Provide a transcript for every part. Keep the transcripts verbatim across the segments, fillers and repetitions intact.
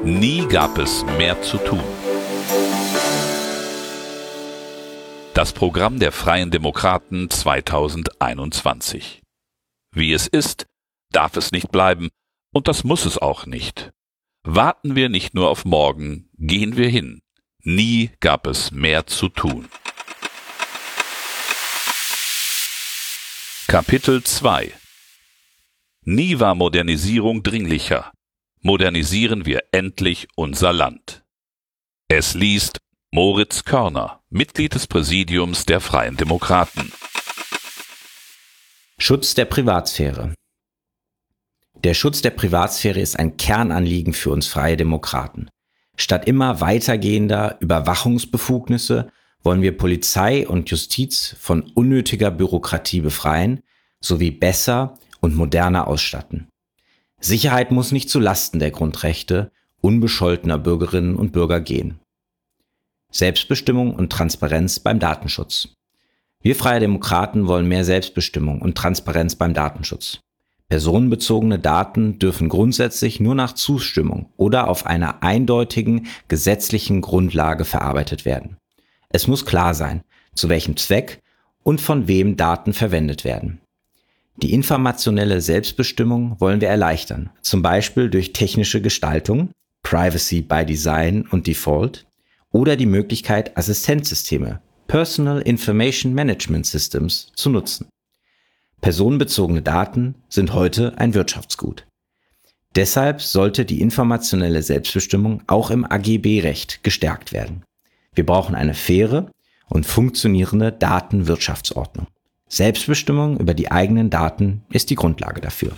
Nie gab es mehr zu tun. Das Programm der Freien Demokraten zweitausendeinundzwanzig. Wie es ist, darf es nicht bleiben, und das muss es auch nicht. Warten wir nicht nur auf morgen, gehen wir hin. Nie gab es mehr zu tun. Kapitel zwei. Nie war Modernisierung dringlicher. Modernisieren wir endlich unser Land. Es liest Moritz Körner, Mitglied des Präsidiums der Freien Demokraten. Schutz der Privatsphäre. Der Schutz der Privatsphäre ist ein Kernanliegen für uns Freie Demokraten. Statt immer weitergehender Überwachungsbefugnisse wollen wir Polizei und Justiz von unnötiger Bürokratie befreien sowie besser und moderner ausstatten. Sicherheit muss nicht zu Lasten der Grundrechte unbescholtener Bürgerinnen und Bürger gehen. Selbstbestimmung und Transparenz beim Datenschutz. Wir Freie Demokraten wollen mehr Selbstbestimmung und Transparenz beim Datenschutz. Personenbezogene Daten dürfen grundsätzlich nur nach Zustimmung oder auf einer eindeutigen gesetzlichen Grundlage verarbeitet werden. Es muss klar sein, zu welchem Zweck und von wem Daten verwendet werden. Die informationelle Selbstbestimmung wollen wir erleichtern, zum Beispiel durch technische Gestaltung, Privacy by Design und Default, oder die Möglichkeit, Assistenzsysteme, Personal Information Management Systems, zu nutzen. Personenbezogene Daten sind heute ein Wirtschaftsgut. Deshalb sollte die informationelle Selbstbestimmung auch im A G B-Recht gestärkt werden. Wir brauchen eine faire und funktionierende Datenwirtschaftsordnung. Selbstbestimmung über die eigenen Daten ist die Grundlage dafür.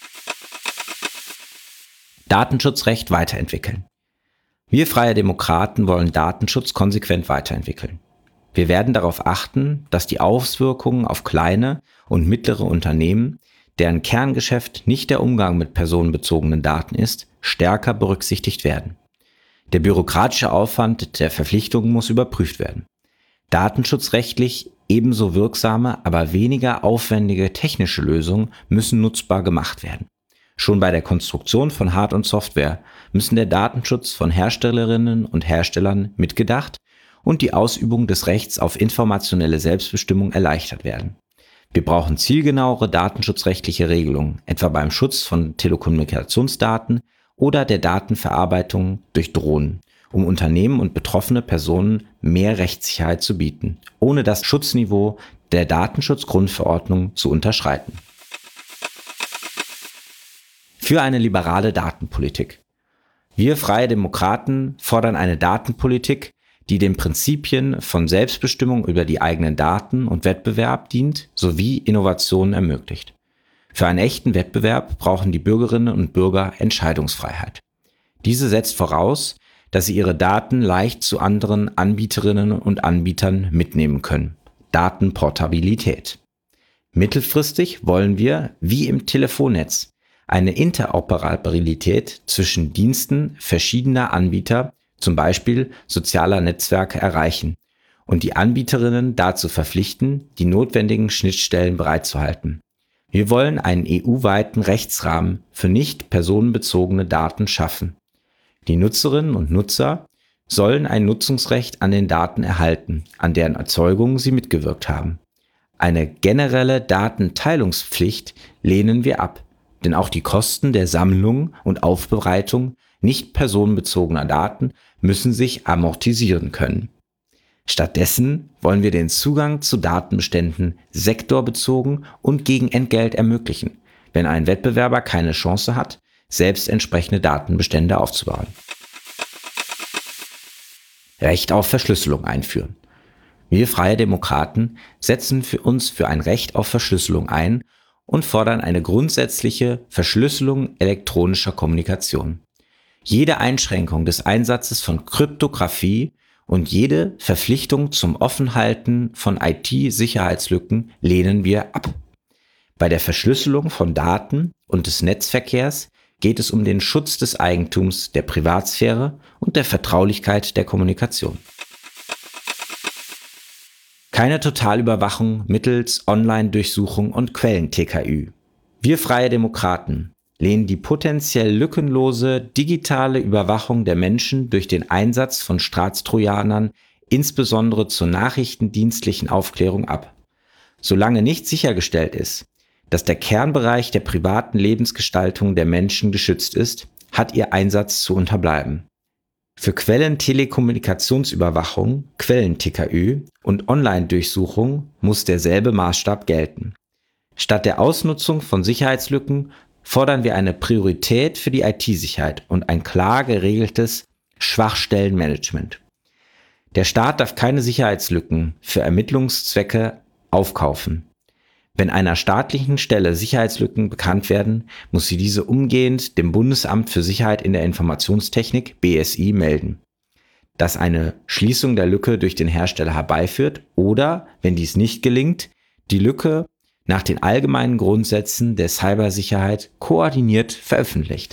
Datenschutzrecht weiterentwickeln. Wir Freie Demokraten wollen Datenschutz konsequent weiterentwickeln. Wir werden darauf achten, dass die Auswirkungen auf kleine und mittlere Unternehmen, deren Kerngeschäft nicht der Umgang mit personenbezogenen Daten ist, stärker berücksichtigt werden. Der bürokratische Aufwand der Verpflichtungen muss überprüft werden. Datenschutzrechtlich ebenso wirksame, aber weniger aufwendige technische Lösungen müssen nutzbar gemacht werden. Schon bei der Konstruktion von Hard- und Software müssen der Datenschutz von Herstellerinnen und Herstellern mitgedacht und die Ausübung des Rechts auf informationelle Selbstbestimmung erleichtert werden. Wir brauchen zielgenauere datenschutzrechtliche Regelungen, etwa beim Schutz von Telekommunikationsdaten oder der Datenverarbeitung durch Drohnen, um Unternehmen und betroffene Personen mehr Rechtssicherheit zu bieten, ohne das Schutzniveau der Datenschutzgrundverordnung zu unterschreiten. Für eine liberale Datenpolitik. Wir Freie Demokraten fordern eine Datenpolitik, die den Prinzipien von Selbstbestimmung über die eigenen Daten und Wettbewerb dient, sowie Innovationen ermöglicht. Für einen echten Wettbewerb brauchen die Bürgerinnen und Bürger Entscheidungsfreiheit. Diese setzt voraus, dass sie ihre Daten leicht zu anderen Anbieterinnen und Anbietern mitnehmen können. Datenportabilität. Mittelfristig wollen wir, wie im Telefonnetz, eine Interoperabilität zwischen Diensten verschiedener Anbieter, zum Beispiel sozialer Netzwerke, erreichen und die Anbieterinnen dazu verpflichten, die notwendigen Schnittstellen bereitzuhalten. Wir wollen einen E U-weiten Rechtsrahmen für nicht personenbezogene Daten schaffen. Die Nutzerinnen und Nutzer sollen ein Nutzungsrecht an den Daten erhalten, an deren Erzeugung sie mitgewirkt haben. Eine generelle Datenteilungspflicht lehnen wir ab, denn auch die Kosten der Sammlung und Aufbereitung nicht personenbezogener Daten müssen sich amortisieren können. Stattdessen wollen wir den Zugang zu Datenbeständen sektorbezogen und gegen Entgelt ermöglichen, wenn ein Wettbewerber keine Chance hat, selbst entsprechende Datenbestände aufzubauen. Recht auf Verschlüsselung einführen. Wir Freie Demokraten setzen für uns für ein Recht auf Verschlüsselung ein und fordern eine grundsätzliche Verschlüsselung elektronischer Kommunikation. Jede Einschränkung des Einsatzes von Kryptographie und jede Verpflichtung zum Offenhalten von I T-Sicherheitslücken lehnen wir ab. Bei der Verschlüsselung von Daten und des Netzverkehrs geht es um den Schutz des Eigentums, der Privatsphäre und der Vertraulichkeit der Kommunikation. Keine Totalüberwachung mittels Online-Durchsuchung und Quellen-T K Ü. Wir Freie Demokraten lehnen die potenziell lückenlose digitale Überwachung der Menschen durch den Einsatz von Staatstrojanern insbesondere zur nachrichtendienstlichen Aufklärung ab. Solange nicht sichergestellt ist, dass der Kernbereich der privaten Lebensgestaltung der Menschen geschützt ist, hat ihr Einsatz zu unterbleiben. Für Quellentelekommunikationsüberwachung, Quellen-T K Ü und Online-Durchsuchung muss derselbe Maßstab gelten. Statt der Ausnutzung von Sicherheitslücken fordern wir eine Priorität für die I T-Sicherheit und ein klar geregeltes Schwachstellenmanagement. Der Staat darf keine Sicherheitslücken für Ermittlungszwecke aufkaufen. Wenn einer staatlichen Stelle Sicherheitslücken bekannt werden, muss sie diese umgehend dem Bundesamt für Sicherheit in der Informationstechnik B S I melden, das eine Schließung der Lücke durch den Hersteller herbeiführt oder, wenn dies nicht gelingt, die Lücke nach den allgemeinen Grundsätzen der Cybersicherheit koordiniert veröffentlicht.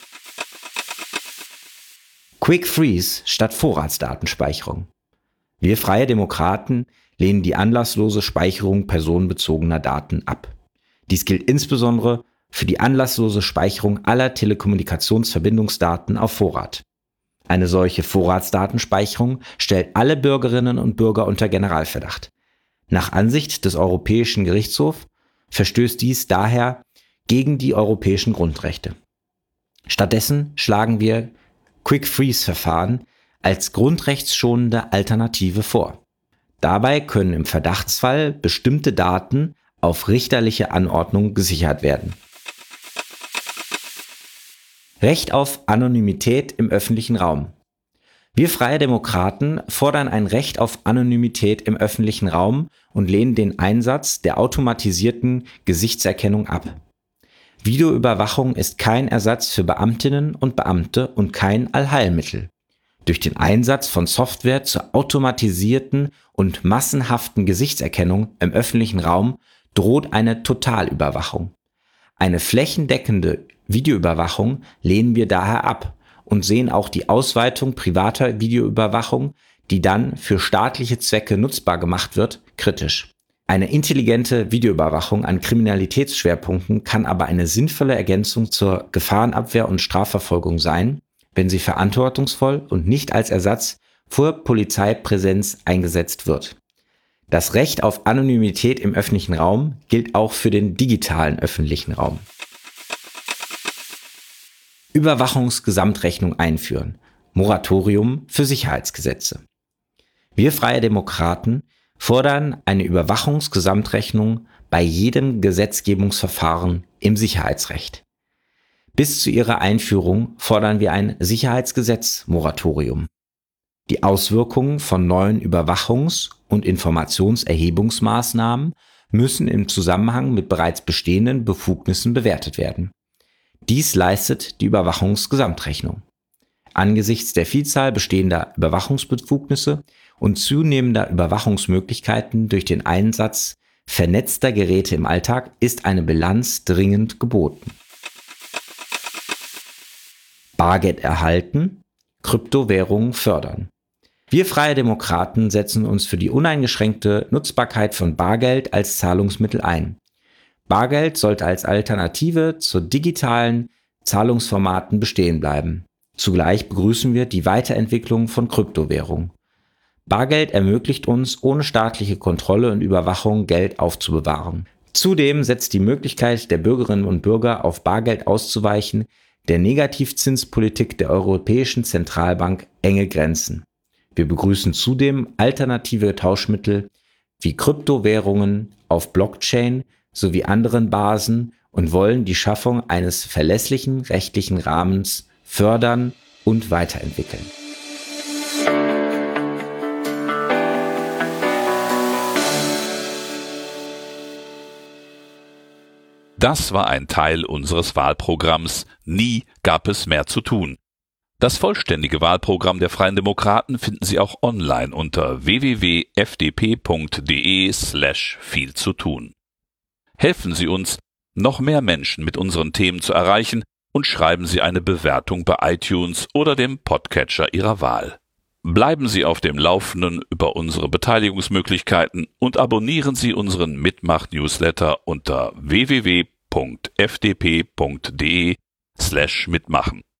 Quick Freeze statt Vorratsdatenspeicherung. Wir Freie Demokraten lehnen die anlasslose Speicherung personenbezogener Daten ab. Dies gilt insbesondere für die anlasslose Speicherung aller Telekommunikationsverbindungsdaten auf Vorrat. Eine solche Vorratsdatenspeicherung stellt alle Bürgerinnen und Bürger unter Generalverdacht. Nach Ansicht des Europäischen Gerichtshofs verstößt dies daher gegen die europäischen Grundrechte. Stattdessen schlagen wir Quick-Freeze-Verfahren als grundrechtsschonende Alternative vor. Dabei können im Verdachtsfall bestimmte Daten auf richterliche Anordnung gesichert werden. Recht auf Anonymität im öffentlichen Raum. Wir Freie Demokraten fordern ein Recht auf Anonymität im öffentlichen Raum und lehnen den Einsatz der automatisierten Gesichtserkennung ab. Videoüberwachung ist kein Ersatz für Beamtinnen und Beamte und kein Allheilmittel. Durch den Einsatz von Software zur automatisierten und massenhaften Gesichtserkennung im öffentlichen Raum droht eine Totalüberwachung. Eine flächendeckende Videoüberwachung lehnen wir daher ab und sehen auch die Ausweitung privater Videoüberwachung, die dann für staatliche Zwecke nutzbar gemacht wird, kritisch. Eine intelligente Videoüberwachung an Kriminalitätsschwerpunkten kann aber eine sinnvolle Ergänzung zur Gefahrenabwehr und Strafverfolgung sein, wenn sie verantwortungsvoll und nicht als Ersatz für Polizeipräsenz eingesetzt wird. Das Recht auf Anonymität im öffentlichen Raum gilt auch für den digitalen öffentlichen Raum. Überwachungsgesamtrechnung einführen. Moratorium für Sicherheitsgesetze. Wir Freie Demokraten fordern eine Überwachungsgesamtrechnung bei jedem Gesetzgebungsverfahren im Sicherheitsrecht. Bis zu ihrer Einführung fordern wir ein Sicherheitsgesetz-Moratorium. Die Auswirkungen von neuen Überwachungs- und Informationserhebungsmaßnahmen müssen im Zusammenhang mit bereits bestehenden Befugnissen bewertet werden. Dies leistet die Überwachungsgesamtrechnung. Angesichts der Vielzahl bestehender Überwachungsbefugnisse und zunehmender Überwachungsmöglichkeiten durch den Einsatz vernetzter Geräte im Alltag ist eine Bilanz dringend geboten. Bargeld erhalten, Kryptowährungen fördern. Wir Freie Demokraten setzen uns für die uneingeschränkte Nutzbarkeit von Bargeld als Zahlungsmittel ein. Bargeld sollte als Alternative zu digitalen Zahlungsformaten bestehen bleiben. Zugleich begrüßen wir die Weiterentwicklung von Kryptowährungen. Bargeld ermöglicht uns, ohne staatliche Kontrolle und Überwachung Geld aufzubewahren. Zudem setzt die Möglichkeit der Bürgerinnen und Bürger, auf Bargeld auszuweichen, der Negativzinspolitik der Europäischen Zentralbank enge Grenzen. Wir begrüßen zudem alternative Tauschmittel wie Kryptowährungen auf Blockchain sowie anderen Basen und wollen die Schaffung eines verlässlichen rechtlichen Rahmens fördern und weiterentwickeln. Das war ein Teil unseres Wahlprogramms Nie gab es mehr zu tun. Das vollständige Wahlprogramm der Freien Demokraten finden Sie auch online unter w w w punkt f d p punkt d e slash viel zu tun. Helfen Sie uns, noch mehr Menschen mit unseren Themen zu erreichen und schreiben Sie eine Bewertung bei iTunes oder dem Podcatcher Ihrer Wahl. Bleiben Sie auf dem Laufenden über unsere Beteiligungsmöglichkeiten und abonnieren Sie unseren Mitmach-Newsletter unter w w w punkt f d p punkt d e slash mitmachen.